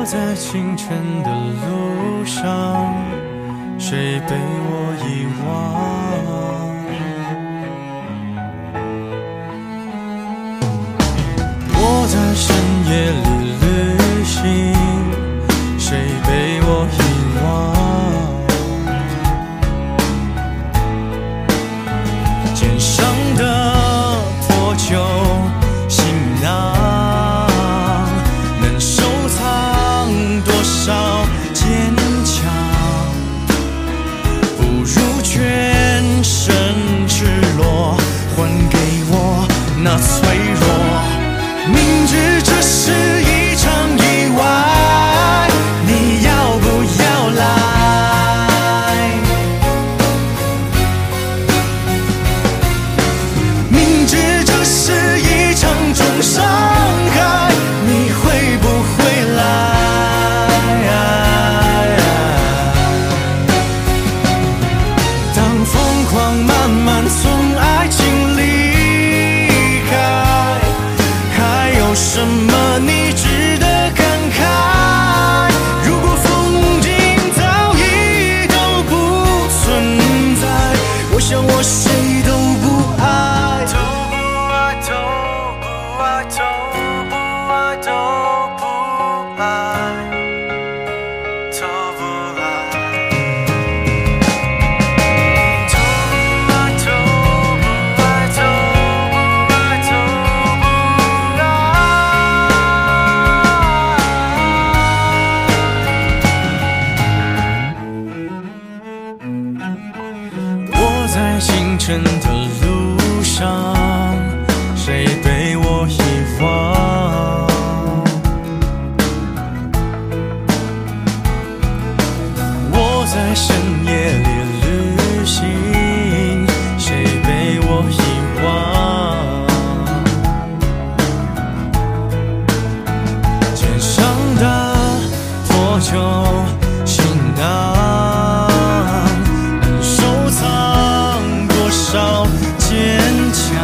我在清晨的路上，谁被我遗忘？我在深夜里旅行，谁被我遗忘？肩上的破旧行囊，能收藏多少坚强？不如全身赤裸，还给我那脆弱。明知这是一场意外，你要不要来？明知这是一场重伤害，你会不会来？当疯狂慢慢从爱情离开，还有什么你值得感慨？如果风景早已都不存在，我想我谁都不爱，都不爱，都不爱，都不爱，都不爱，都不爱。在清晨的路上，谁被我遗忘？我在深夜里旅行，谁被我遗忘？肩上的破旧行囊，少坚强，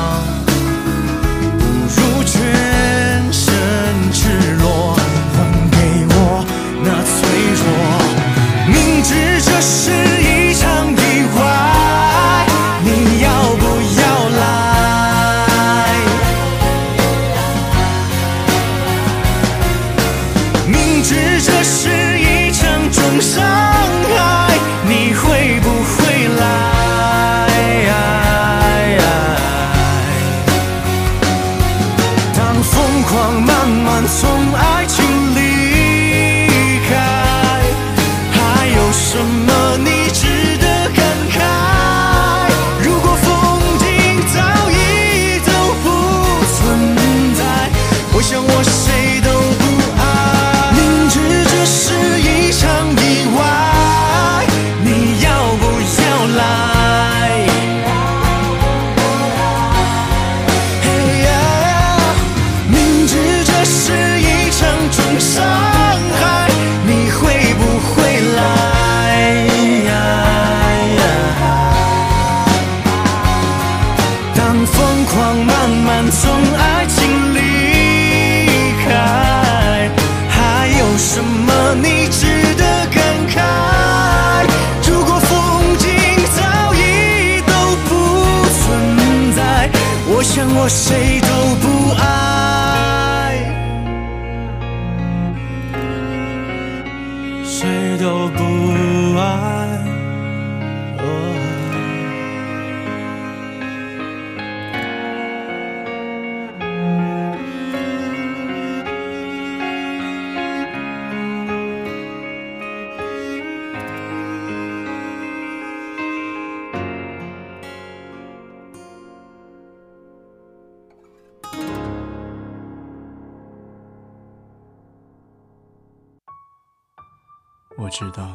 不如全身赤裸，还给我那脆弱。明知这是一场意外，你要不要来？明知这是一场重伤害，你会不会来？疯狂慢慢从爱情离开，还有什么你值得感慨？如果风景早已都不存在，我想我谁都不爱。明知这是一场意外，你要不要来？这是一场重伤害，你会不会来？当疯狂慢慢从爱情离开，还有什么你值得感慨？如果风景早已都不存在，我想我谁都不爱。谁都不爱，我知道，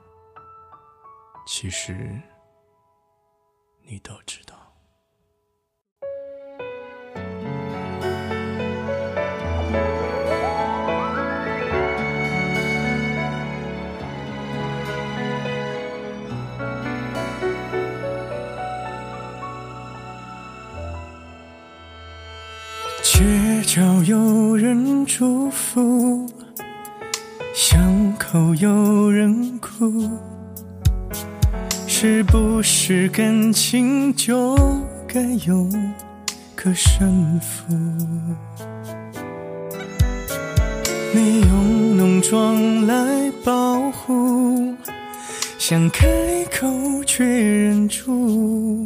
其实你都知道。街角有人祝福， 口有人哭，是不是感情就该有个胜负？你用浓妆来保护，想开口却忍住，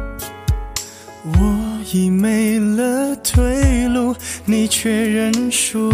我已没了退路，你却认输。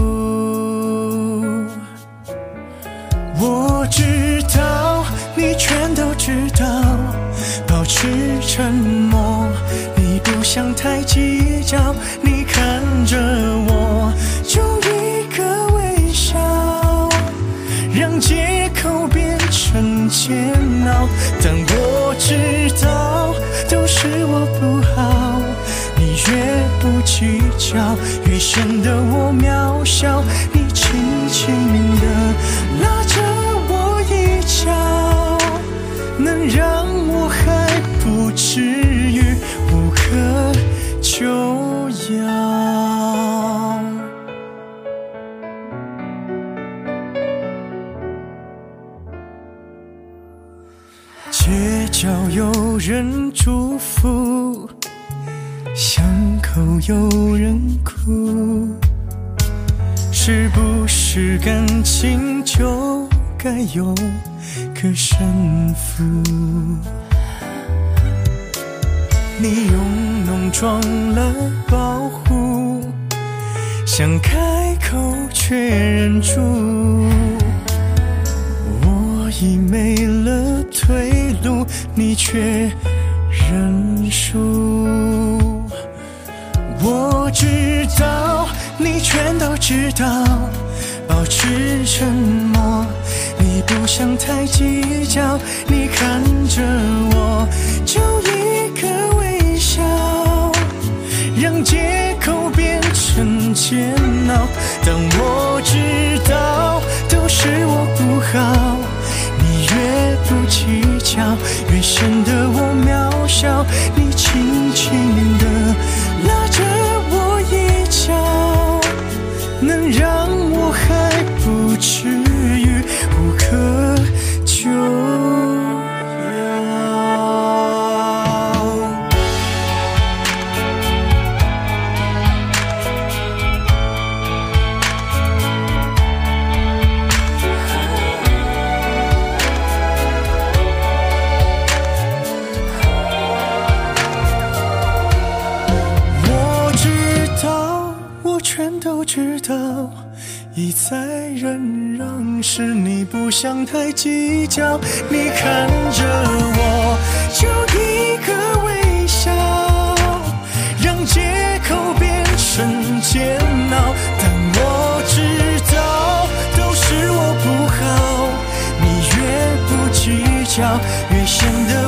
我知道你全都知道，保持沉默，你不想太计较，你看着我就一个微笑，让借口变成煎熬。但我知道都是我不好，你越不计较，越显得我渺小。你轻轻地拉着我一脚，能让我还不至于无可救药。街角有人祝福，巷口有人哭，是不是感情就该有个胜负？你用浓妆来保护，想开口却忍住，我已没了退路，你却认输。我知道你全都知道，保持沉默，你不想太计较，你看着我就一个微笑，让借口变成煎熬。但我知道都是我不好，你越不计较，越显得我渺小。你轻轻地拉着我一脚，能让我还不至于无可救药。我知道，我全都知道，一再忍让是你不想太计较，你看着我就一个微笑，让借口变成煎熬。但我知道都是我不好，你越不计较，越显得